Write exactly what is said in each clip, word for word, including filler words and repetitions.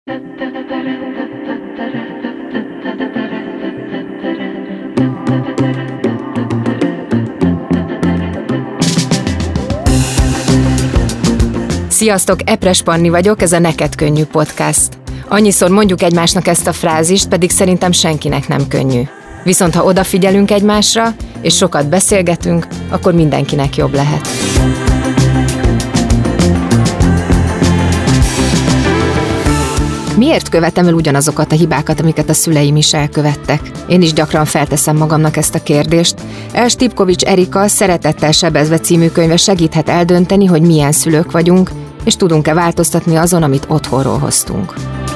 Sziasztok, Epres Panni vagyok, ez a Neked Könnyű podcast. Annyiszor mondjuk egymásnak ezt a frázist, pedig szerintem senkinek nem könnyű. Viszont ha odafigyelünk egymásra, és sokat beszélgetünk, akkor mindenkinek jobb lehet. Miért követem el ugyanazokat a hibákat, amiket a szüleim is elkövettek? Én is gyakran felteszem magamnak ezt a kérdést. Els Tipkovics Erika Szeretettel sebezve című könyve segíthet eldönteni, hogy milyen szülők vagyunk, és tudunk-e változtatni azon, amit otthonról hoztunk.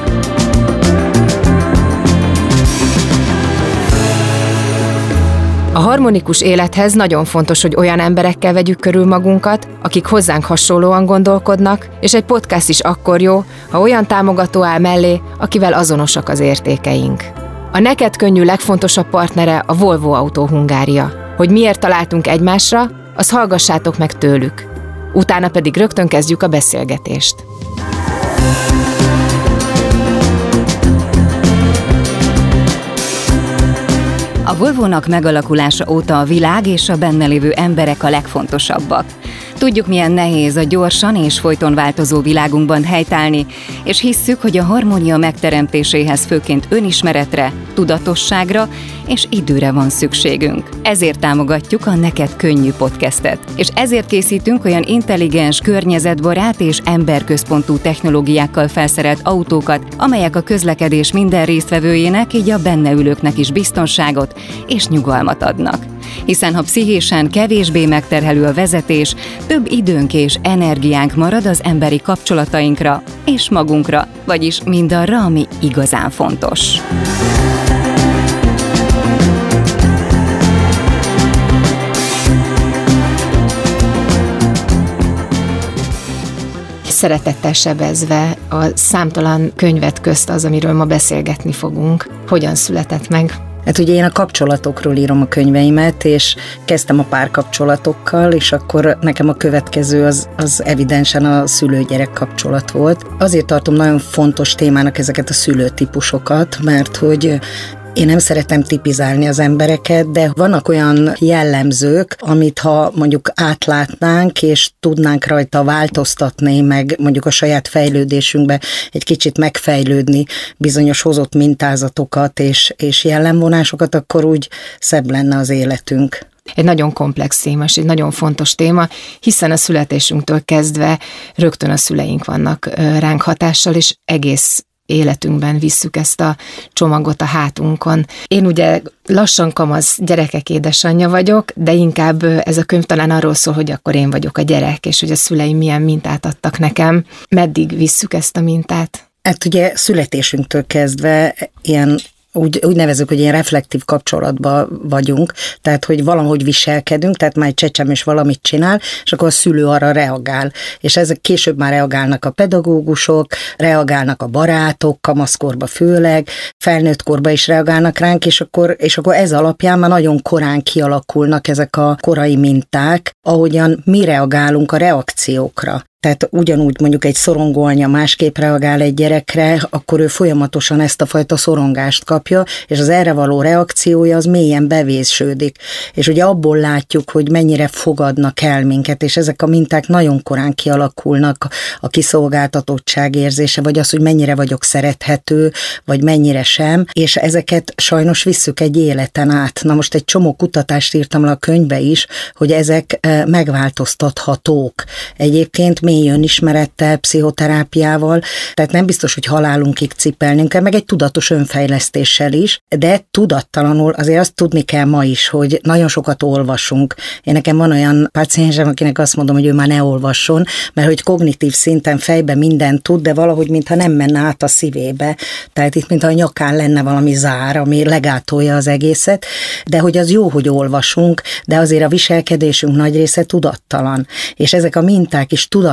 A harmonikus élethez nagyon fontos, hogy olyan emberekkel vegyük körül magunkat, akik hozzánk hasonlóan gondolkodnak, és egy podcast is akkor jó, ha olyan támogató áll mellé, akivel azonosak az értékeink. A Neked Könnyű legfontosabb partnere a Volvo Autó Hungária. Hogy miért találtunk egymásra, azt hallgassátok meg tőlük. Utána pedig rögtön kezdjük a beszélgetést. A Volvónak megalakulása óta a világ és a benne lévő emberek a legfontosabbak. Tudjuk, milyen nehéz a gyorsan és folyton változó világunkban helytállni, és hisszük, hogy a harmónia megteremtéséhez főként önismeretre, tudatosságra és időre van szükségünk. Ezért támogatjuk a Neked Könnyű podcastet, és ezért készítünk olyan intelligens, környezetbarát és emberközpontú technológiákkal felszerelt autókat, amelyek a közlekedés minden résztvevőjének, így a benne ülőknek is biztonságot és nyugalmat adnak. Hiszen ha pszichésen kevésbé megterhelő a vezetés, több időnk és energiánk marad az emberi kapcsolatainkra és magunkra, vagyis mindarra, ami igazán fontos. Szeretettel sebezve a számtalan könyvet közt az, amiről ma beszélgetni fogunk. Hogyan született meg? Hát ugye én a kapcsolatokról írom a könyveimet, és kezdtem a párkapcsolatokkal, és akkor nekem a következő az, az evidensen a szülő-gyerek kapcsolat volt. Azért tartom nagyon fontos témának ezeket a szülőtípusokat, mert hogy én nem szeretem tipizálni az embereket, de vannak olyan jellemzők, amit ha mondjuk átlátnánk, és tudnánk rajta változtatni, meg mondjuk a saját fejlődésünkbe egy kicsit megfejlődni bizonyos hozott mintázatokat és, és jellemvonásokat, akkor úgy szebb lenne az életünk. Egy nagyon komplex téma, és egy nagyon fontos téma, hiszen a születésünktől kezdve rögtön a szüleink vannak ránk hatással, és egész életünkben visszük ezt a csomagot a hátunkon. Én ugye lassan kamasz gyerekek édesanyja vagyok, de inkább ez a könyv talán arról szól, hogy akkor én vagyok a gyerek, és hogy a szüleim milyen mintát adtak nekem. Meddig visszük ezt a mintát? Hát ugye születésünktől kezdve ilyen Úgy, úgy nevezzük, hogy ilyen reflektív kapcsolatban vagyunk, tehát, hogy valahogy viselkedünk, tehát már egy csecsemő is valamit csinál, és akkor a szülő arra reagál. És ezek később már reagálnak a pedagógusok, reagálnak a barátok, kamaszkorba főleg, felnőtt korba is reagálnak ránk, és akkor, és akkor ez alapján már nagyon korán kialakulnak ezek a korai minták, ahogyan mi reagálunk a reakciókra. Tehát ugyanúgy mondjuk egy szorongó anya másképp reagál egy gyerekre, akkor ő folyamatosan ezt a fajta szorongást kapja, és az erre való reakciója az mélyen bevésődik. És ugye abból látjuk, hogy mennyire fogadnak el minket, és ezek a minták nagyon korán kialakulnak, a kiszolgáltatottság érzése, vagy az, hogy mennyire vagyok szerethető, vagy mennyire sem, és ezeket sajnos visszük egy életen át. Na most egy csomó kutatást írtam le a könyvbe is, hogy ezek megváltoztathatók. Egyébként mély önismerettel, pszichoterápiával, tehát nem biztos, hogy halálunkig cipelnünk kell, meg egy tudatos önfejlesztéssel is, de tudattalanul azért azt tudni kell ma is, hogy nagyon sokat olvasunk. Én nekem van olyan páciensem, akinek azt mondom, hogy ő már ne olvasson, mert hogy kognitív szinten fejben mindent tud, de valahogy mintha nem menne át a szívébe. Tehát itt mintha a nyakán lenne valami zár, ami legátolja az egészet, de hogy az jó, hogy olvasunk, de azért a viselkedésünk nagy része tudattalan. És ezek a minták is tudattalan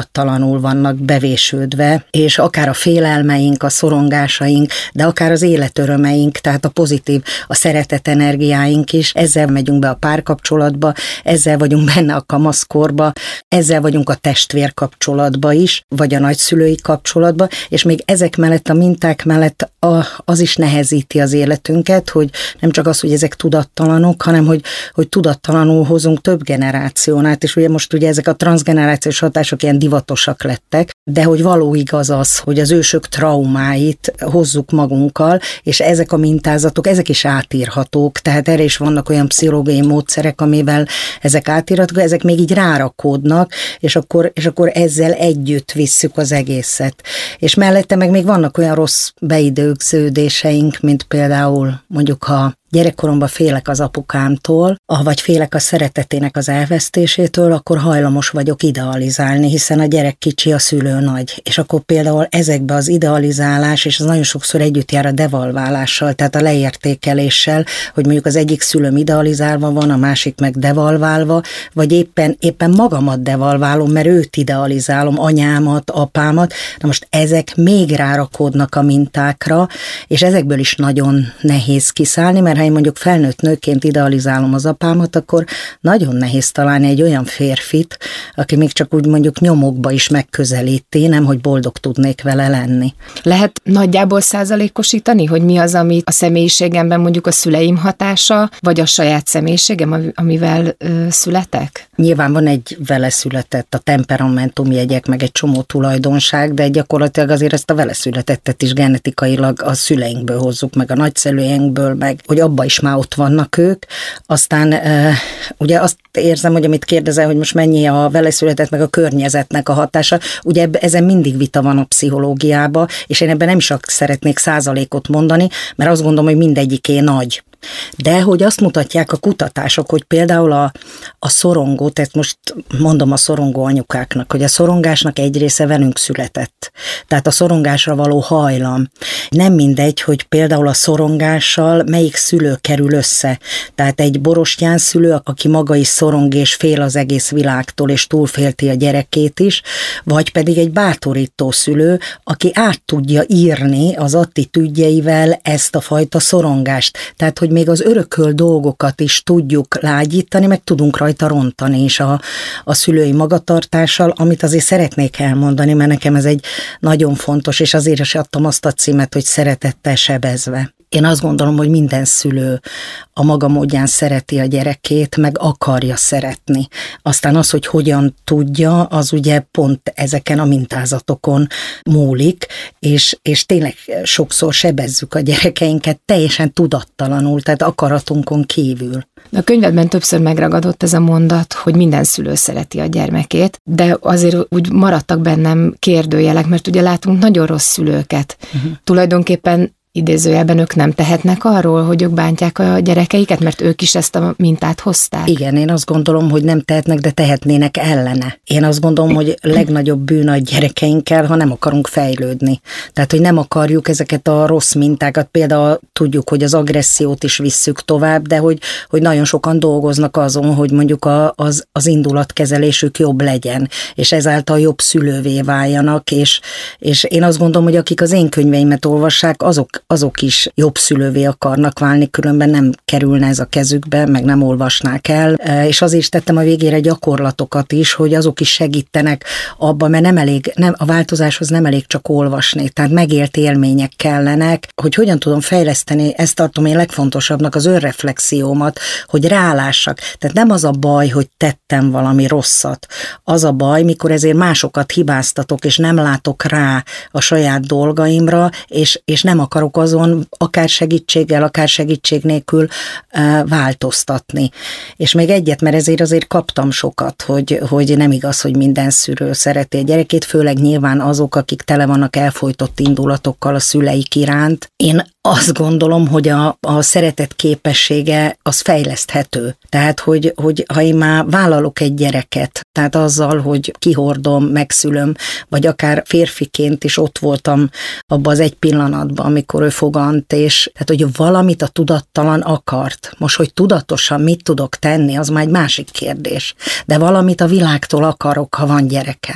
tudattalanul vannak bevésődve, és akár a félelmeink, a szorongásaink, de akár az életörömeink, tehát a pozitív, a szeretet energiáink is, ezzel megyünk be a párkapcsolatba, ezzel vagyunk benne a kamaszkorba, ezzel vagyunk a testvérkapcsolatba is, vagy a nagyszülői kapcsolatba, és még ezek mellett, a minták mellett a, az is nehezíti az életünket, hogy nem csak az, hogy ezek tudattalanok, hanem hogy, hogy tudattalanul hozunk több generáción át, és ugye most ugye ezek a transzgenerációs hatások ilyen divatosak lettek, de hogy való igaz az, hogy az ősök traumáit hozzuk magunkkal, és ezek a mintázatok, ezek is átírhatók, tehát erre is vannak olyan pszichológiai módszerek, amivel ezek átírhatók, ezek még így rárakódnak, és akkor, és akkor ezzel együtt visszük az egészet. És mellette meg még vannak olyan rossz beidőződéseink, mint például mondjuk, ha gyerekkoromban félek az apukámtól, vagy félek a szeretetének az elvesztésétől, akkor hajlamos vagyok idealizálni, hiszen a gyerek kicsi, a szülő nagy. És akkor például ezekbe az idealizálás, és az nagyon sokszor együtt jár a devalválással, tehát a leértékeléssel, hogy mondjuk az egyik szülőm idealizálva van, a másik meg devalválva, vagy éppen, éppen magamat devalválom, mert őt idealizálom, anyámat, apámat. Na most ezek még rárakódnak a mintákra, és ezekből is nagyon nehéz kiszállni, mert ha én mondjuk felnőtt nőként idealizálom az apámat, akkor nagyon nehéz találni egy olyan férfit, aki még csak úgy mondjuk nyomokba is megközelíti, nem hogy boldog tudnék vele lenni. Lehet nagyjából százalékosítani, hogy mi az, ami a személyiségemben mondjuk a szüleim hatása, vagy a saját személyiségem, amivel ö, születek? Nyilván van egy vele született, a temperamentumjegyek, meg egy csomó tulajdonság, de gyakorlatilag azért ezt a vele születettet is genetikailag a szüleinkből hozzuk, meg a nagyszülőinkből, meg hogy abba is már ott vannak ők. Aztán e, ugye azt érzem, hogy amit kérdezel, hogy most mennyi a vele született, meg a környezetnek a hatása, ugye ezen mindig vita van a pszichológiában, és én ebben nem is szeretnék százalékot mondani, mert azt gondolom, hogy mindegyiké nagy. De hogy azt mutatják a kutatások, hogy például a, a szorongó, tehát most mondom a szorongó anyukáknak, hogy a szorongásnak egy része velünk született. Tehát a szorongásra való hajlam. Nem mindegy, hogy például a szorongással melyik szülő kerül össze. Tehát egy borostyán szülő, aki maga is szorong és fél az egész világtól, és túlfélti a gyerekét is, vagy pedig egy bátorító szülő, aki át tudja írni az attitűdjeivel ezt a fajta szorongást. Tehát, hogy még az örököl dolgokat is tudjuk lágyítani, meg tudunk rajta rontani is a, a szülői magatartással, amit azért szeretnék elmondani, mert nekem ez egy nagyon fontos, és azért is adtam azt a címet, hogy szeretettel sebezve. Én azt gondolom, hogy minden szülő a maga módján szereti a gyerekét, meg akarja szeretni. Aztán az, hogy hogyan tudja, az ugye pont ezeken a mintázatokon múlik, és, és tényleg sokszor sebezzük a gyerekeinket teljesen tudattalanul, tehát akaratunkon kívül. A könyvedben többször megragadott ez a mondat, hogy minden szülő szereti a gyermekét, de azért úgy maradtak bennem kérdőjelek, mert ugye látunk nagyon rossz szülőket. Uh-huh. Tulajdonképpen idézőjelben ők nem tehetnek arról, hogy ők bántják a gyerekeiket, mert ők is ezt a mintát hozták? Igen, én azt gondolom, hogy nem tehetnek, de tehetnének ellene. Én azt gondolom, hogy legnagyobb bűn a gyerekeinkkel, ha nem akarunk fejlődni. Tehát, hogy nem akarjuk ezeket a rossz mintákat, például tudjuk, hogy az agressziót is visszük tovább, de hogy, hogy nagyon sokan dolgoznak azon, hogy mondjuk a, az, az indulatkezelésük jobb legyen, és ezáltal jobb szülővé váljanak, és, és én azt gondolom, hogy akik az én könyveimet olvassák, azok azok is jobb szülővé akarnak válni, különben nem kerülne ez a kezükbe, meg nem olvasnák el, és azért is tettem a végére gyakorlatokat is, hogy azok is segítenek abban, mert nem elég, nem, a változáshoz nem elég csak olvasni, tehát megélt élmények kellenek, hogy hogyan tudom fejleszteni, ezt tartom én legfontosabbnak, az önreflexiómat, hogy rálássak. Tehát nem az a baj, hogy tettem valami rosszat, az a baj, mikor ezért másokat hibáztatok, és nem látok rá a saját dolgaimra, és, és nem akarok azon akár segítséggel, akár segítség nélkül uh, változtatni. És még egyet, mert ezért azért kaptam sokat, hogy, hogy nem igaz, hogy minden szülő szereti a gyerekét, főleg nyilván azok, akik tele vannak elfojtott indulatokkal a szüleik iránt. Én azt gondolom, hogy a, a szeretet képessége az fejleszthető. Tehát, hogy, hogy ha én már vállalok egy gyereket, tehát azzal, hogy kihordom, megszülöm, vagy akár férfiként is ott voltam abban az egy pillanatban, amikor ő fogant, és tehát, hogy valamit a tudattalan akart. Most, hogy tudatosan mit tudok tenni, az már egy másik kérdés. De valamit a világtól akarok, ha van gyerekem.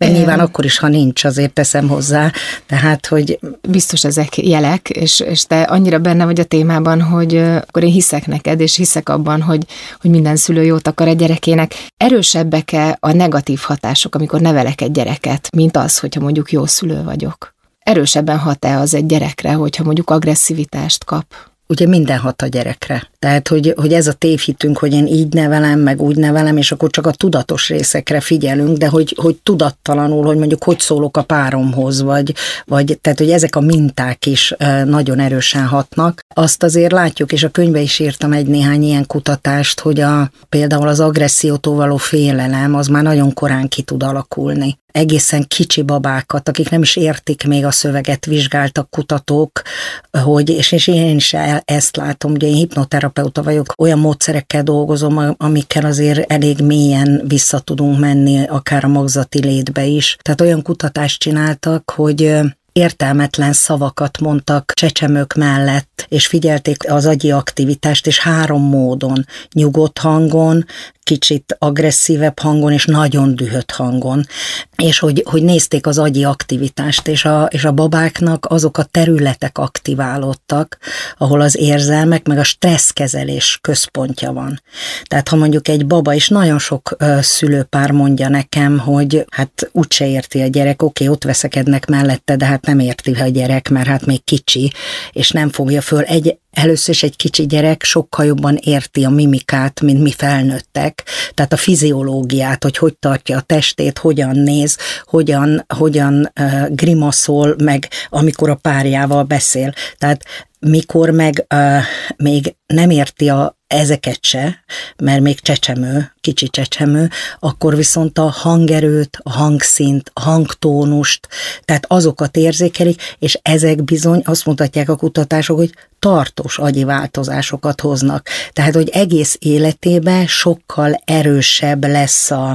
De nyilván akkor is, ha nincs, azért teszem hozzá. Tehát, hogy... Biztos ezek jelek, és, és te annyira benne vagy a témában, hogy akkor én hiszek neked, és hiszek abban, hogy, hogy minden szülő jót akar a gyerekének. Erősebbek-e a negatív hatások, amikor nevelek egy gyereket, mint az, hogyha mondjuk jó szülő vagyok? Erősebben hat-e az egy gyerekre, hogyha mondjuk agresszivitást kap? Ugye minden hat a gyerekre. Tehát, hogy, hogy ez a tévhitünk, hogy én így nevelem, meg úgy nevelem, és akkor csak a tudatos részekre figyelünk, de hogy, hogy tudattalanul, hogy mondjuk hogy szólok a páromhoz, vagy, vagy tehát, hogy ezek a minták is nagyon erősen hatnak. Azt azért látjuk, és a könyvbe is írtam egy néhány ilyen kutatást, hogy a, például az agressziótól való félelem, az már nagyon korán ki tud alakulni. Egészen kicsi babákat, akik nem is értik még a szöveget, vizsgáltak kutatók, hogy, és, és én is ezt látom, ugye én hipnoterapeuta vagyok, olyan módszerekkel dolgozom, amikkel azért elég mélyen vissza tudunk menni, akár a magzati létbe is. Tehát olyan kutatást csináltak, hogy értelmetlen szavakat mondtak csecsemők mellett, és figyelték az agyi aktivitást, és három módon, nyugodt hangon, kicsit agresszívebb hangon, és nagyon dühött hangon. És hogy, hogy nézték az agyi aktivitást, és a, és a babáknak azok a területek aktiválódtak, ahol az érzelmek, meg a stresszkezelés központja van. Tehát ha mondjuk egy baba, és nagyon sok ö, szülőpár mondja nekem, hogy hát úgyse érti a gyerek, oké, ott veszekednek mellette, de hát nem érti a gyerek, mert hát még kicsi, és nem fogja föl. Egy, először is egy kicsi gyerek sokkal jobban érti a mimikát, mint mi felnőttek, tehát a fiziológiát, hogy hogy tartja a testét, hogyan néz, hogyan, hogyan uh, grimaszol, meg amikor a párjával beszél. Tehát mikor meg uh, még nem érti a ezeket se, mert még csecsemő, kicsi csecsemő, akkor viszont a hangerőt, a hangszint, a hangtónust, tehát azokat érzékelik, és ezek bizony azt mutatják a kutatások, hogy tartós agyi változásokat hoznak. Tehát, hogy egész életében sokkal erősebb lesz a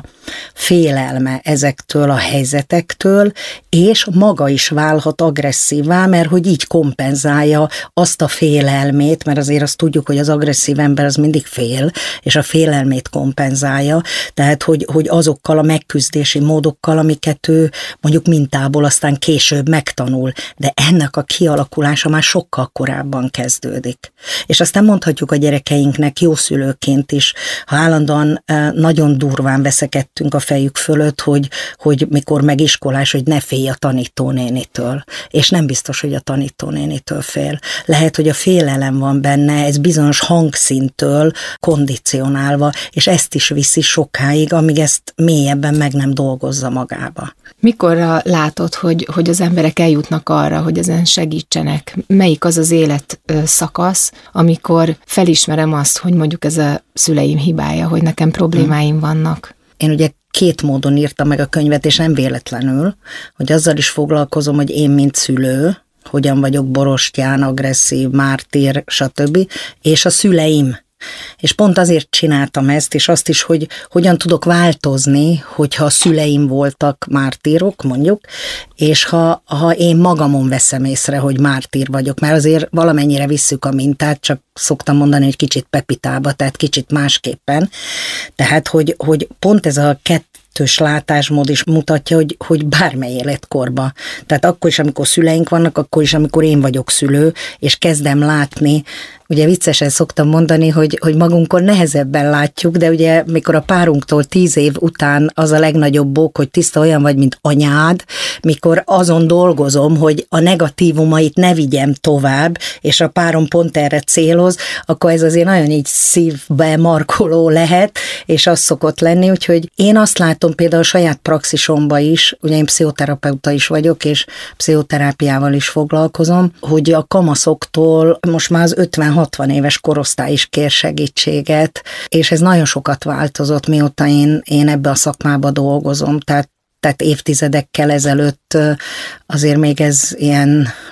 félelme ezektől a helyzetektől, és maga is válhat agresszívvá, mert hogy így kompenzálja azt a félelmét, mert azért azt tudjuk, hogy az agresszív ember az mindig fél, és a félelmét kompenzálja, tehát, hogy, hogy azokkal a megküzdési módokkal, amiket ő mondjuk mintából aztán később megtanul, de ennek a kialakulása már sokkal korábban kezdődik. És aztán mondhatjuk a gyerekeinknek jó szülőként is, ha állandóan nagyon durván veszekedtünk a fejük fölött, hogy, hogy mikor megiskolás, hogy ne félj a tanítónénitől. És nem biztos, hogy a tanítónénitől fél. Lehet, hogy a félelem van benne, ez bizonyos hangszintől kondicionálva, és ezt is viszi sokáig, amíg ezt mélyebben meg nem dolgozza magába. Mikorra látod, hogy, hogy az emberek eljutnak arra, hogy ezen segítsenek? Melyik az az élet szakasz, amikor felismerem azt, hogy mondjuk ez a szüleim hibája, hogy nekem problémáim vannak? Én ugye két módon írtam meg a könyvet, és nem véletlenül, hogy azzal is foglalkozom, hogy én, mint szülő, hogyan vagyok borostyán, agresszív, mártír, stb., és a szüleim. És pont azért csináltam ezt, és azt is, hogy hogyan tudok változni, hogyha a szüleim voltak mártírok, mondjuk, és ha, ha én magamon veszem észre, hogy mártír vagyok, mert azért valamennyire visszük a mintát, csak szoktam mondani, hogy kicsit pepitába, tehát kicsit másképpen. Tehát, hogy, hogy pont ez a kettős látásmód is mutatja, hogy, hogy bármely életkorban. Tehát akkor is, amikor szüleink vannak, akkor is, amikor én vagyok szülő, és kezdem látni. Ugye viccesen szoktam mondani, hogy, hogy magunkon nehezebben látjuk, de ugye mikor a párunktól tíz év után az a legnagyobb bók, hogy tiszta olyan vagy, mint anyád, mikor azon dolgozom, hogy a negatívumait ne vigyem tovább, és a párom pont erre céloz, akkor ez azért nagyon így szívbe markoló lehet, és az szokott lenni, úgyhogy én azt látom például a saját praxisomban is, ugye én pszichoterapeuta is vagyok, és pszichoterápiával is foglalkozom, hogy a kamaszoktól most már az ötven-hatvan éves korosztály is kér segítséget, és ez nagyon sokat változott, mióta én, én ebbe a szakmába dolgozom, tehát tehát évtizedekkel ezelőtt azért még ez ilyen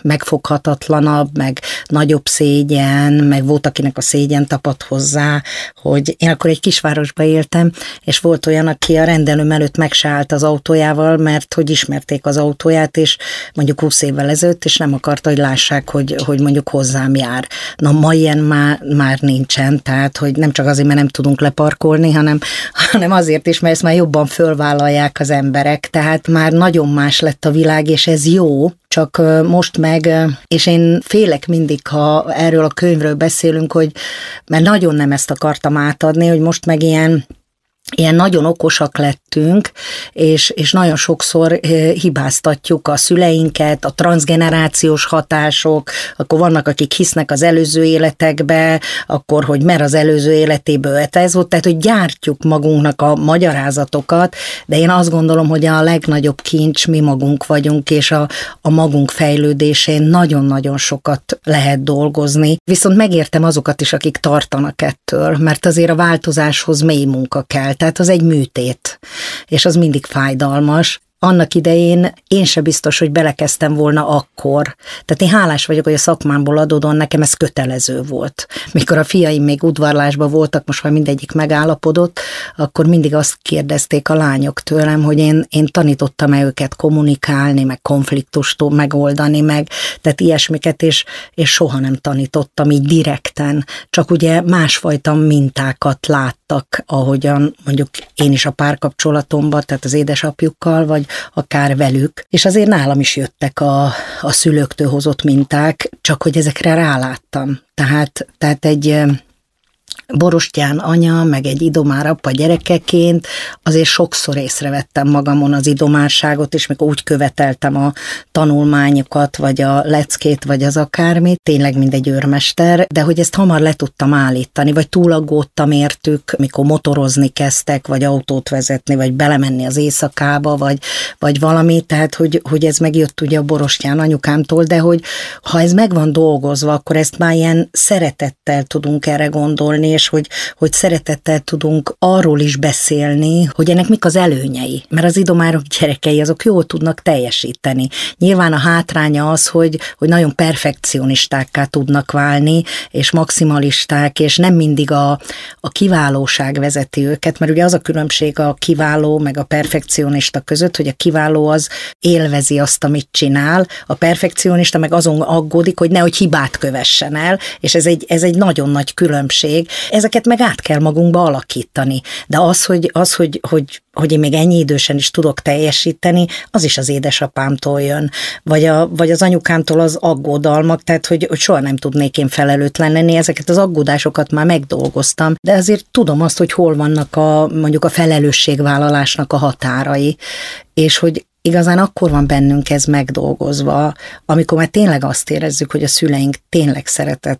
megfoghatatlanabb, meg nagyobb szégyen, meg volt, akinek a szégyen tapadt hozzá, hogy én akkor egy kisvárosba éltem, és volt olyan, aki a rendelőm előtt meg se állt az autójával, mert hogy ismerték az autóját, és mondjuk húsz évvel ezelőtt, és nem akarta, hogy lássák, hogy, hogy mondjuk hozzám jár. Na, ma ilyen már, már nincsen, tehát, hogy nem csak azért, mert nem tudunk leparkolni, hanem, hanem azért is, mert ezt már jobban fölvállalják az emberek, tehát már nagyon más lett a világ, és ez jó, csak most meg, és én félek mindig, ha erről a könyvről beszélünk, hogy, mert nagyon nem ezt akartam átadni, hogy most meg ilyen Ilyen nagyon okosak lettünk, és, és nagyon sokszor hibáztatjuk a szüleinket, a transzgenerációs hatások, akkor vannak, akik hisznek az előző életekbe, akkor, hogy mer az előző életéből ez volt, tehát, hogy gyártjuk magunknak a magyarázatokat, de én azt gondolom, hogy a legnagyobb kincs mi magunk vagyunk, és a, a magunk fejlődésén nagyon-nagyon sokat lehet dolgozni. Viszont megértem azokat is, akik tartanak ettől, mert azért a változáshoz mély munka kell. Tehát az egy műtét, és az mindig fájdalmas. Annak idején én se biztos, hogy belekezdtem volna akkor. Tehát én hálás vagyok, hogy a szakmámból adódóan nekem ez kötelező volt. Mikor a fiaim még udvarlásban voltak, most már mindegyik megállapodott, akkor mindig azt kérdezték a lányok tőlem, hogy én, én tanítottam-e őket kommunikálni, meg konfliktust megoldani, meg tehát ilyesmiket, és, és soha nem tanítottam így direkten. Csak ugye másfajta mintákat láttak, ahogyan mondjuk én is a párkapcsolatomban, tehát az édesapjukkal, vagy akár velük, és azért nálam is jöttek a, a szülőktől hozott minták, csak hogy ezekre ráláttam. Tehát, tehát egy borostyán anya, meg egy idomár apa gyerekeként azért sokszor észrevettem magamon az idomárságot, és mikor úgy követeltem a tanulmányokat, vagy a leckét, vagy az akármit, tényleg mindegy őrmester, de hogy ezt hamar le tudtam állítani, vagy túlaggódtam értük, mikor motorozni kezdtek, vagy autót vezetni, vagy belemenni az éjszakába, vagy, vagy valami, tehát hogy, hogy ez megjött ugye a borostyán anyukámtól, de hogy ha ez meg van dolgozva, akkor ezt már ilyen szeretettel tudunk erre gondolni, és hogy, hogy szeretettel tudunk arról is beszélni, hogy ennek mik az előnyei. Mert az idomárok gyerekei azok jól tudnak teljesíteni. Nyilván a hátránya az, hogy, hogy nagyon perfekcionistákká tudnak válni, és maximalisták, és nem mindig a, a kiválóság vezeti őket, mert ugye az a különbség a kiváló meg a perfekcionista között, hogy a kiváló az élvezi azt, amit csinál, a perfekcionista meg azon aggódik, hogy nehogy hibát kövessen el, és ez egy, ez egy nagyon nagy különbség. Ezeket meg át kell magunkba alakítani. De az, hogy, az, hogy, hogy, hogy én még ennyi idősen is tudok teljesíteni, az is az édesapámtól jön. Vagy, a, vagy az anyukámtól az aggódalmak, tehát hogy, hogy soha nem tudnék én felelőtlen lenni. Ezeket az aggódásokat már megdolgoztam, de azért tudom azt, hogy hol vannak a, mondjuk a felelősségvállalásnak a határai, és hogy igazán akkor van bennünk ez megdolgozva, amikor már tényleg azt érezzük, hogy a szüleink tényleg szeretett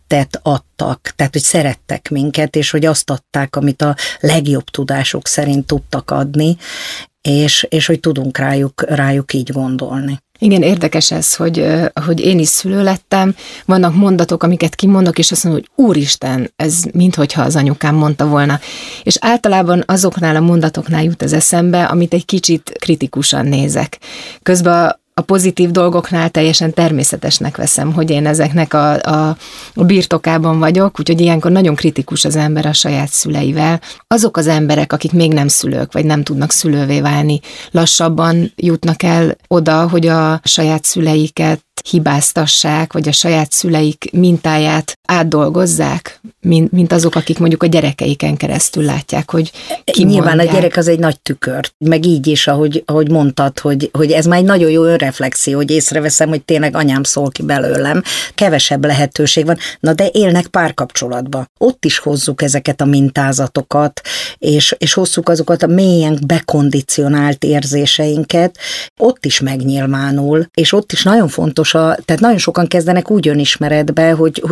adtak, tehát hogy szerettek minket, és hogy azt adták, amit a legjobb tudásuk szerint tudtak adni, és, és hogy tudunk rájuk, rájuk így gondolni. Igen, érdekes ez, hogy, hogy én is szülő lettem, vannak mondatok, amiket kimondok, és azt mondom, hogy úristen, ez minthogyha az anyukám mondta volna. És általában azoknál a mondatoknál jut az eszembe, amit egy kicsit kritikusan nézek. Közben a pozitív dolgoknál teljesen természetesnek veszem, hogy én ezeknek a, a, a birtokában vagyok, úgyhogy ilyenkor nagyon kritikus az ember a saját szüleivel. Azok az emberek, akik még nem szülők, vagy nem tudnak szülővé válni, lassabban jutnak el oda, hogy a saját szüleiket hibáztassák, vagy a saját szüleik mintáját átdolgozzák, mint, mint azok, akik mondjuk a gyerekeiken keresztül látják, hogy kimondják. Nyilván a gyerek az egy nagy tükör, meg így is, ahogy, ahogy mondtad, hogy, hogy ez már egy nagyon jó önreflexió, hogy észreveszem, hogy tényleg anyám szól ki belőlem. Kevesebb lehetőség van, na de élnek párkapcsolatba. Ott is hozzuk ezeket a mintázatokat, és, és hozzuk azokat a mélyen bekondicionált érzéseinket, ott is megnyilvánul, és ott is nagyon fontos, a, tehát nagyon sokan kezdenek úgy önismeretbe, hogy, hogy csak a pár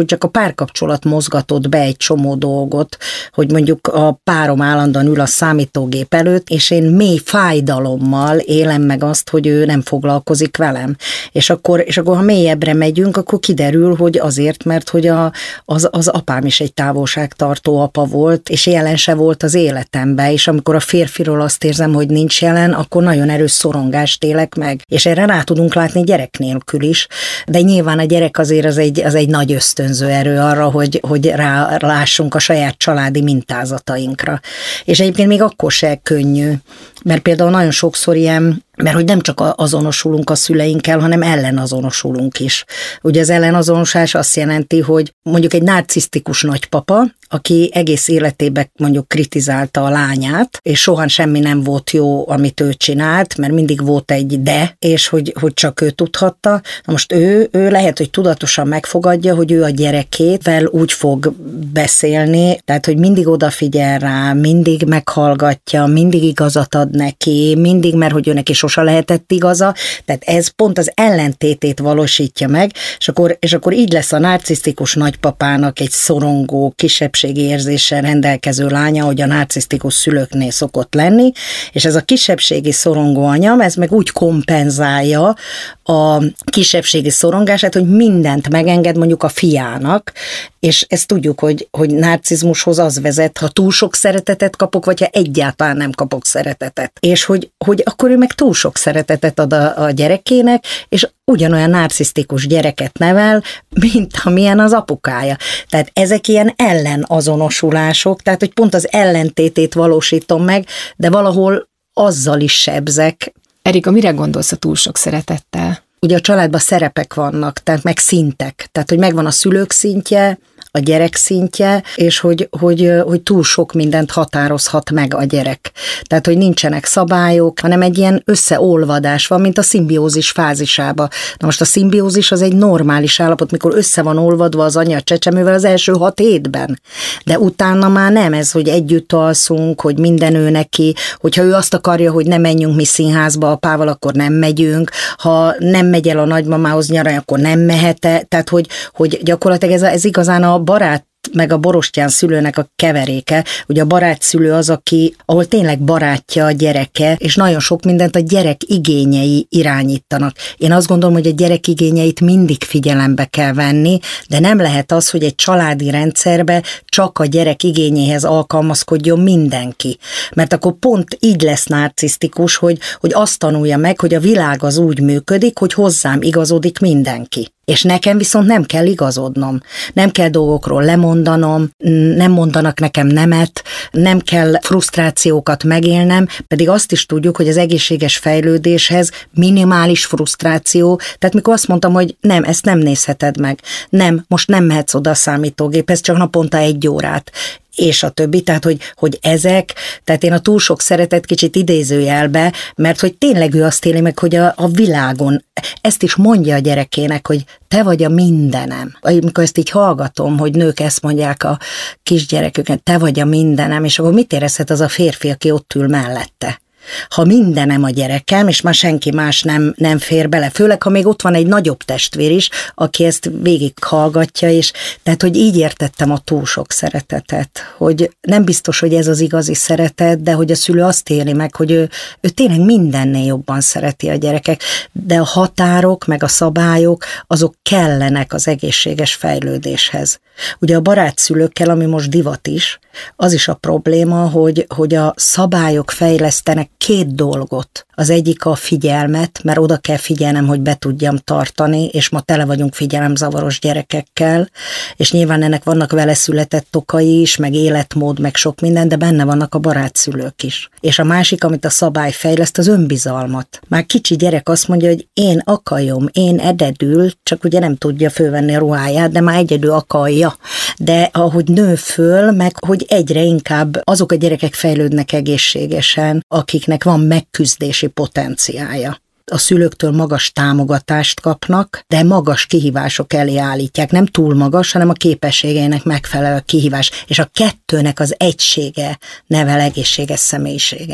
párkapcsolat mozgatott be egy csomó dolgot, hogy mondjuk a párom állandóan ül a számítógép előtt, és én mély fájdalommal élem meg azt, hogy ő nem foglalkozik velem. És akkor, és akkor ha mélyebbre megyünk, akkor kiderül, hogy azért, mert hogy a, az, az apám is egy távolságtartó apa volt, és jelen se volt az életemben, és amikor a férfiról azt érzem, hogy nincs jelen, akkor nagyon erős szorongást élek meg. És erre rá tudunk látni gyerek nélkül is, de nyilván a gyerek azért az egy, az egy nagy ösztönző erő arra, hogy, hogy rálássunk a saját családi mintázatainkra. És egyébként még akkor se könnyű, mert például nagyon sokszor ilyen, mert hogy nem csak azonosulunk a szüleinkkel, hanem ellenazonosulunk is. Ugye az ellenazonosás azt jelenti, hogy mondjuk egy narcisztikus nagypapa, aki egész életében mondjuk kritizálta a lányát, és soha semmi nem volt jó, amit ő csinált, mert mindig volt egy de, és hogy, hogy csak ő tudhatta. Na most ő, ő lehet, hogy tudatosan megfogadja, hogy ő a gyerekével úgy fog beszélni, tehát, hogy mindig odafigyel rá, mindig meghallgatja, mindig igazat ad neki, mindig, mert hogy ő neki sose lehetett igaza, tehát ez pont az ellentétét valósítja meg, és akkor, és akkor így lesz a narcisztikus nagypapának egy szorongó, kisebbségi érzéssel rendelkező lánya, hogy a narcisztikus szülőknél szokott lenni, és ez a kisebbségi szorongó anyam, ez meg úgy kompenzálja a kisebbségi szorongását, hogy mindent megenged mondjuk a fiának, és ezt tudjuk, hogy, hogy narcizmushoz az vezet, ha túl sok szeretetet kapok, vagy ha egyáltalán nem kapok szeretetet. És hogy, hogy akkor ő meg túl sok szeretetet ad a, a gyerekének, és ugyanolyan narcisztikus gyereket nevel, mint amilyen az apukája. Tehát ezek ilyen ellenazonosulások, tehát hogy pont az ellentétét valósítom meg, de valahol azzal is sebzek. Erika, mire gondolsz a túl sok szeretettel? Ugye a családban szerepek vannak, tehát meg szintek. Tehát, hogy megvan a szülők szintje, a gyerek szintje, és hogy, hogy, hogy túl sok mindent határozhat meg a gyerek. Tehát, hogy nincsenek szabályok, hanem egy ilyen összeolvadás van, mint a szimbiózis fázisában. Na most a szimbiózis az egy normális állapot, mikor össze van olvadva az anya a csecsemővel az első hat hétben. De utána már nem ez, hogy együtt alszunk, hogy minden ő neki, hogyha ő azt akarja, hogy ne menjünk mi színházba apával, akkor nem megyünk, ha nem megy el a nagymamához nyaralni, akkor nem mehet-e. Tehát, hogy, hogy gyakorlatilag ez, ez igazán a barát meg a borostyán szülőnek a keveréke. Ugye a barátszülő az, aki, ahol tényleg barátja a gyereke, és nagyon sok mindent a gyerek igényei irányítanak. Én azt gondolom, hogy a gyerek igényeit mindig figyelembe kell venni, de nem lehet az, hogy egy családi rendszerbe csak a gyerek igényéhez alkalmazkodjon mindenki. Mert akkor pont így lesz narcisztikus, hogy, hogy azt tanulja meg, hogy a világ az úgy működik, hogy hozzám igazodik mindenki. És nekem viszont nem kell igazodnom, nem kell dolgokról lemondanom, nem mondanak nekem nemet, nem kell frusztrációkat megélnem, pedig azt is tudjuk, hogy az egészséges fejlődéshez minimális frusztráció, tehát mikor azt mondtam, hogy nem, ezt nem nézheted meg, nem, most nem mehetsz oda a számítógéphez, csak naponta egy órát, és a többi, tehát hogy, hogy ezek, tehát én a túl sok szeretet kicsit idézőjelbe, mert hogy tényleg ő azt éli meg, hogy a, a világon, ezt is mondja a gyerekének, hogy te vagy a mindenem. Amikor ezt így hallgatom, hogy nők ezt mondják a kisgyereküket, te vagy a mindenem, és akkor mit érezhet az a férfi, aki ott ül mellette? Ha mindenem a gyerekem, és már senki más nem, nem fér bele, főleg, ha még ott van egy nagyobb testvér is, aki ezt végighallgatja, és tehát, hogy így értettem a túl sok szeretetet, hogy nem biztos, hogy ez az igazi szeretet, de hogy a szülő azt éli meg, hogy ő, ő tényleg mindennél jobban szereti a gyerekek, de a határok, meg a szabályok, azok kellenek az egészséges fejlődéshez. Ugye a barátszülőkkel, ami most divat is, az is a probléma, hogy, hogy a szabályok fejlesztenek két dolgot. Az egyik a figyelmet, mert oda kell figyelnem, hogy be tudjam tartani, és ma tele vagyunk figyelemzavaros gyerekekkel, és nyilván ennek vannak vele született okai is, meg életmód, meg sok minden, de benne vannak a barátszülők is. És a másik, amit a szabály fejleszt, az önbizalmat. Már kicsi gyerek azt mondja, hogy én akarom, én egyedül, csak ugye nem tudja fölvenni a ruháját, de már egyedül akarja. De ahogy nő föl, meg hogy egyre inkább azok a gyerekek fejlődnek egészségesen, akiknek van megküzdési potenciálja. A szülőktől magas támogatást kapnak, de magas kihívások elé állítják. Nem túl magas, hanem a képességeinek megfelelő kihívás. És a kettőnek az egysége nevel egészséges személyiséget.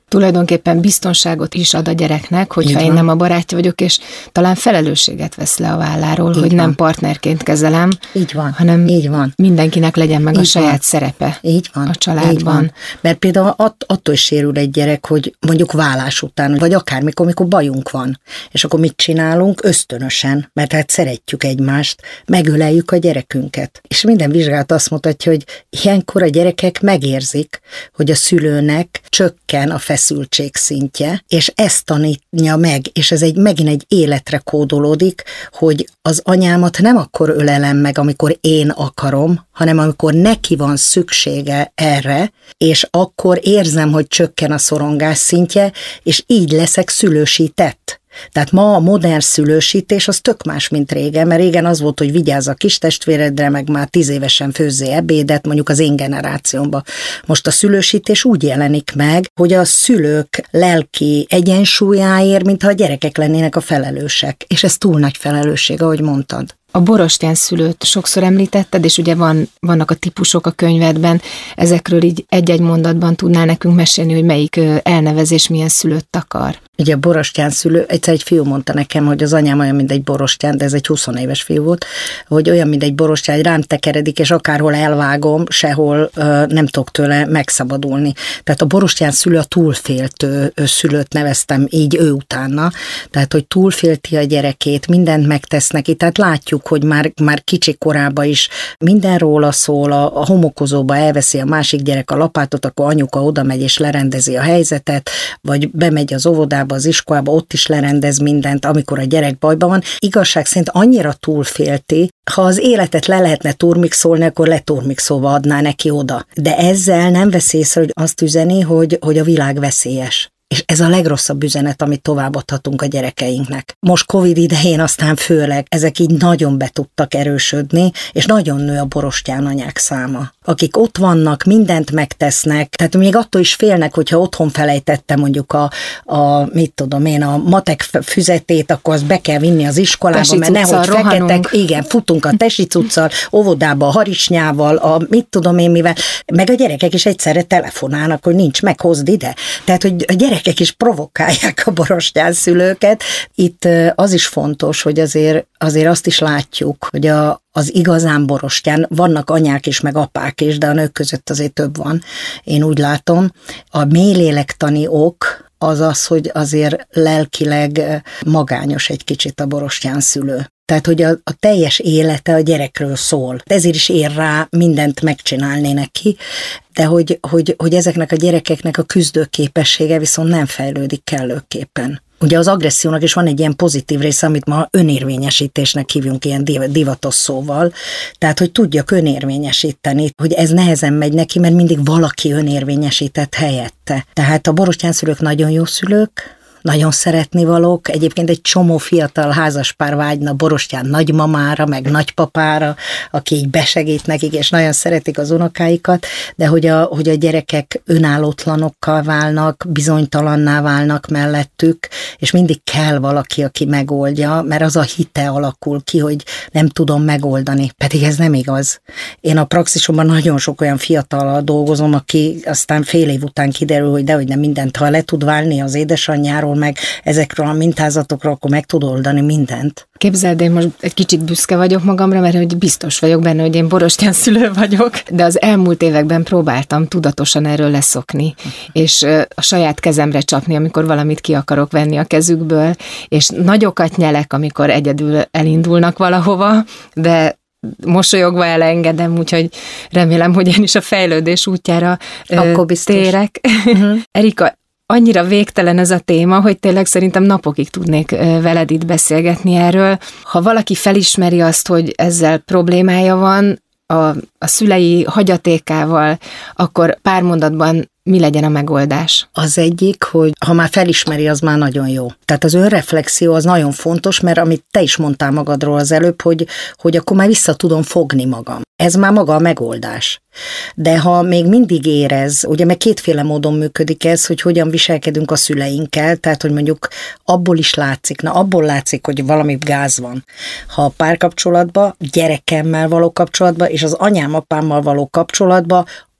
Tulajdonképpen biztonságot is ad a gyereknek, hogyha én nem a barátja vagyok, és talán felelősséget vesz le a válláról, így hogy van. Nem partnerként kezelem, így van. hanem így van. mindenkinek legyen meg így a saját van. szerepe így van. a családban. Így van. Mert például att, attól is sérül egy gyerek, hogy mondjuk vállás után, vagy akármikor, amikor bajunk van, és akkor mit csinálunk? Ösztönösen, mert hát szeretjük egymást, megöleljük a gyerekünket. És minden vizsgálat azt mutatja, hogy ilyenkor a gyerekek megérzik, hogy a szülőnek csökken a feszültség szintje, és ezt tanítja meg, és ez egy megint egy életre kódolódik, hogy az anyámat nem akkor ölelem meg, amikor én akarom, hanem amikor neki van szüksége erre, és akkor érzem, hogy csökken a szorongás szintje, és így leszek szülősített. Tehát ma a modern szülősítés az tök más, mint régen, mert régen az volt, hogy vigyázz a kis testvéredre, meg már tíz évesen főzzé ebédet, mondjuk az én generációmban. Most a szülősítés úgy jelenik meg, hogy a szülők lelki egyensúlyáért, mintha a gyerekek lennének a felelősek. És ez túl nagy felelősség, ahogy mondtad. A borostyán szülőt sokszor említetted, és ugye van, vannak a típusok a könyvedben, ezekről így egy-egy mondatban tudnál nekünk mesélni, hogy melyik elnevezés milyen szülőt takar. Ugye a borostyán szülő, egyszer egy fiú mondta nekem, hogy az anyám olyan, mint egy borostyán, de ez egy húsz éves fiú volt, hogy olyan, mint egy borostyán, hogy rám tekeredik, és akárhol elvágom, sehol ö, nem tudok tőle megszabadulni. Tehát a borostyán szülő a túlféltő szülőt neveztem így ő utána, tehát hogy túlfélti a gyerekét, mindent megtesz neki, tehát látjuk, hogy már, már kicsi korában is minden róla szól, a, a homokozóba elveszi a másik gyerek a lapátot, akkor anyuka oda megy és lerendezi a helyzetet, vagy bemegy az óvodába, az iskolába, ott is lerendez mindent, amikor a gyerek bajban van. Igazság szerint annyira túlfélti, ha az életet le lehetne turmixolni, akkor leturmixolva adná neki oda. De ezzel nem vesz észre, hogy azt üzeni, hogy, hogy a világ veszélyes. És ez a legrosszabb üzenet, amit továbbadhatunk a gyerekeinknek. Most Covid idején aztán főleg ezek így nagyon be tudtak erősödni, és nagyon nő a borostyán anyák száma. Akik ott vannak, mindent megtesznek, tehát még attól is félnek, hogyha otthon felejtette mondjuk a, a mit tudom én, a matek füzetét, akkor azt be kell vinni az iskolába, tesi mert nehogy feketek, igen, futunk a tesi cuccal, óvodába a harisnyával, a mit tudom én mivel, meg a gyerekek is egyszerre telefonálnak, hogy nincs, meghozd ide. Tehát, hogy a gyerekek is provokálják a borostyán szülőket. Itt az is fontos, hogy azért, azért azt is látjuk, hogy a az igazán borostyán, vannak anyák is, meg apák is, de a nők között azért több van, én úgy látom. A mélylélektani ok az az, hogy azért lelkileg magányos egy kicsit a borostyán szülő. Tehát, hogy a, a teljes élete a gyerekről szól. Ezért is ér rá mindent megcsinálni neki, de hogy, hogy, hogy ezeknek a gyerekeknek a küzdőképessége viszont nem fejlődik kellőképpen. Ugye az agressziónak is van egy ilyen pozitív része, amit ma önérvényesítésnek hívjunk ilyen divatos szóval, tehát, hogy tudjak önérvényesíteni, hogy ez nehezen megy neki, mert mindig valaki önérvényesített helyette. Tehát a borostyánszülők nagyon jó szülők, nagyon szeretnivalók, egyébként egy csomó fiatal házaspár vágyna borostyán nagymamára, meg nagypapára, aki így besegít nekik, és nagyon szeretik az unokáikat, de hogy a, hogy a gyerekek önállótlanokkal válnak, bizonytalanná válnak mellettük, és mindig kell valaki, aki megoldja, mert az a hite alakul ki, hogy nem tudom megoldani, pedig ez nem igaz. Én a praxisomban nagyon sok olyan fiatallal dolgozom, aki aztán fél év után kiderül, hogy dehogy nem mindent, ha le tud válni az édesanyjáról, meg ezekről a mintázatokról, akkor meg tud oldani mindent. Képzeld, én most egy kicsit büszke vagyok magamra, mert hogy biztos vagyok benne, hogy én borostyán szülő vagyok, de az elmúlt években próbáltam tudatosan erről leszokni, és a saját kezemre csapni, amikor valamit ki akarok venni a kezükből, és nagyokat nyelek, amikor egyedül elindulnak valahova, de mosolyogva elengedem, úgyhogy remélem, hogy én is a fejlődés útjára akkor biztos térek. Uh-huh. Erika, annyira végtelen ez a téma, hogy tényleg szerintem napokig tudnék veled itt beszélgetni erről. Ha valaki felismeri azt, hogy ezzel problémája van, a, a szülei hagyatékával, akkor pár mondatban mi legyen a megoldás? Az egyik, hogy ha már felismeri, az már nagyon jó. Tehát az önreflexió az nagyon fontos, mert amit te is mondtál magadról az előbb, hogy, hogy akkor már vissza tudom fogni magam. Ez már maga a megoldás. De ha még mindig érez, ugye meg kétféle módon működik ez, hogy hogyan viselkedünk a szüleinkkel, tehát hogy mondjuk abból is látszik, na abból látszik, hogy valami gáz van. Ha a párkapcsolatban, gyerekemmel való kapcsolatban, és az anyám-apámmal való kapcsolatban,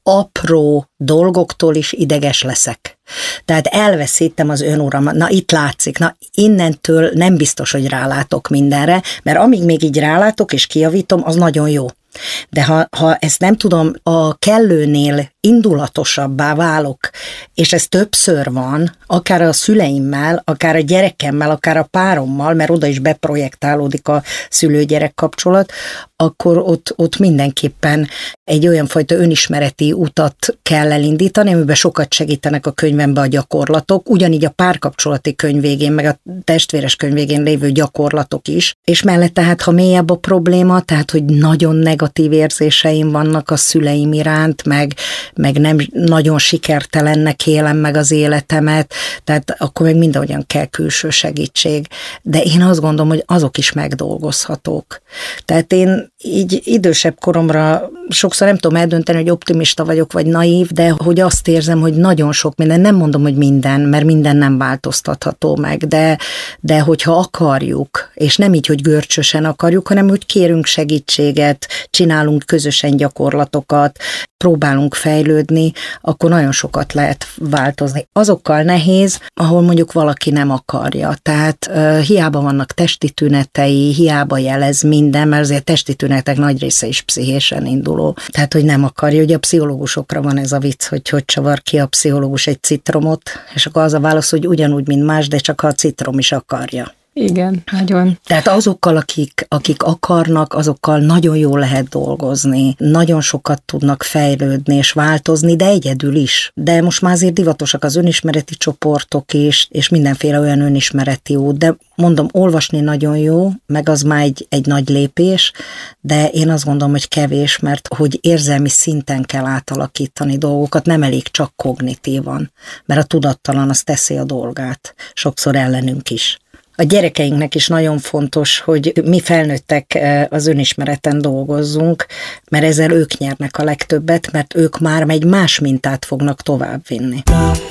apró dolgoktól is ideges leszek. Tehát elveszítem az önuramat. Na itt látszik, na innentől nem biztos, hogy rálátok mindenre, mert amíg még így rálátok és kijavítom, az nagyon jó. De ha, ha ezt nem tudom, a kellőnél indulatosabbá válok, és ez többször van, akár a szüleimmel, akár a gyerekemmel, akár a párommal, mert oda is beprojektálódik a szülő-gyerek kapcsolat, akkor ott, ott mindenképpen egy olyan fajta önismereti utat kell elindítani, amiben sokat segítenek a könyvemben a gyakorlatok, ugyanígy a párkapcsolati könyv végén, meg a testvéres könyv végén lévő gyakorlatok is, és mellett tehát, ha mélyebb a probléma, tehát, hogy nagyon negatív érzéseim vannak a szüleim iránt, meg, meg nem nagyon sikertelennek élem meg az életemet, tehát akkor meg mindahogyan kell külső segítség. De én azt gondolom, hogy azok is megdolgozhatók. Tehát én így idősebb koromra sokszor nem tudom eldönteni, hogy optimista vagyok, vagy naív, de hogy azt érzem, hogy nagyon sok minden, nem mondom, hogy minden, mert minden nem változtatható meg, de, de hogyha akarjuk, és nem így, hogy görcsösen akarjuk, hanem hogy kérünk segítséget, csinálunk közösen gyakorlatokat, próbálunk fejlődni, akkor nagyon sokat lehet változni. Azokkal nehéz, ahol mondjuk valaki nem akarja. Tehát uh, hiába vannak testi tünetei, hiába jelez minden, mert azért testi tünetek nagy része is pszichésen induló. Tehát, hogy nem akarja. Ugye a pszichológusokra van ez a vicc, hogy hogy csavar ki a pszichológus egy citromot, és akkor az a válasz, hogy ugyanúgy, mint más, de csak a citrom is akarja. Igen, nagyon. Tehát azokkal, akik, akik akarnak, azokkal nagyon jól lehet dolgozni, nagyon sokat tudnak fejlődni és változni, de egyedül is. De most már azért divatosak az önismereti csoportok is, és mindenféle olyan önismereti út, de mondom, olvasni nagyon jó, meg az már egy, egy nagy lépés, de én azt gondolom, hogy kevés, mert hogy érzelmi szinten kell átalakítani dolgokat, nem elég csak kognitívan, mert a tudattalan az teszi a dolgát, sokszor ellenünk is. A gyerekeinknek is nagyon fontos, hogy mi felnőttek az önismereten dolgozzunk, mert ezzel ők nyernek a legtöbbet, mert ők már egy más mintát fognak továbbvinni.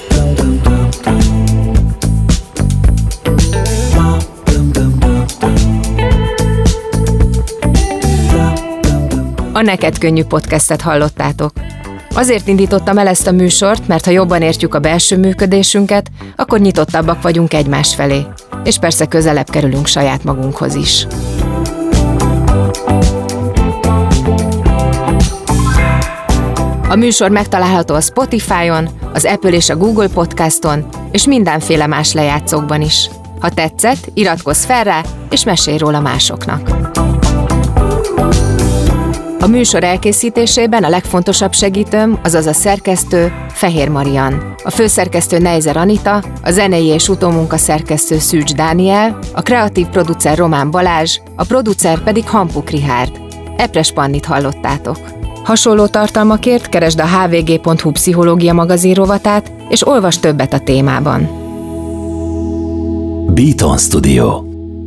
A Neked Könnyű podcastet hallottátok. Azért indítottam el ezt a műsort, mert ha jobban értjük a belső működésünket, akkor nyitottabbak vagyunk egymás felé, és persze közelebb kerülünk saját magunkhoz is. A műsor megtalálható a Spotify-on, az Apple és a Google Podcaston, és mindenféle más lejátszókban is. Ha tetszett, iratkozz fel rá, és mesélj róla másoknak. A műsor elkészítésében a legfontosabb segítőm, azaz a szerkesztő Fehér Marian, a főszerkesztő Neizer Anita, a zenei és utómunka szerkesztő Szűcs Dániel, a kreatív producer Román Balázs, a producer pedig Hampuk Richárd. Epres Pannit hallottátok. Hasonló tartalmakért keresd a há vé gé pont hú pszichológia magazin rovatát, és olvasd többet a témában. Beaton Studio.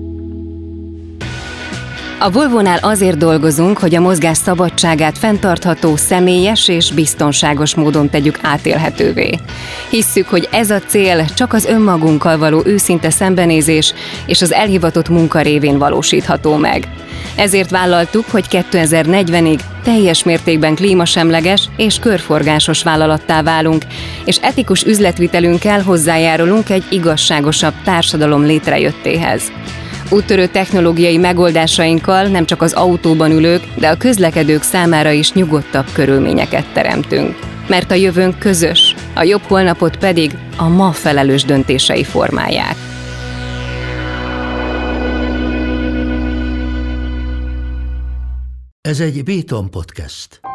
A Volvónál azért dolgozunk, hogy a mozgás szabadságát fenntartható, személyes és biztonságos módon tegyük átélhetővé. Hisszük, hogy ez a cél csak az önmagunkkal való őszinte szembenézés és az elhivatott munka révén valósítható meg. Ezért vállaltuk, hogy kétezer-negyvenig teljes mértékben klímasemleges és körforgásos vállalattá válunk, és etikus üzletvitelünkkel hozzájárulunk egy igazságosabb társadalom létrejöttéhez. Úttörő technológiai megoldásainkkal nem csak az autóban ülők, de a közlekedők számára is nyugodtabb körülményeket teremtünk. Mert a jövőnk közös, a jobb holnapot pedig a ma felelős döntései formálják. Ez egy Beaton Podcast.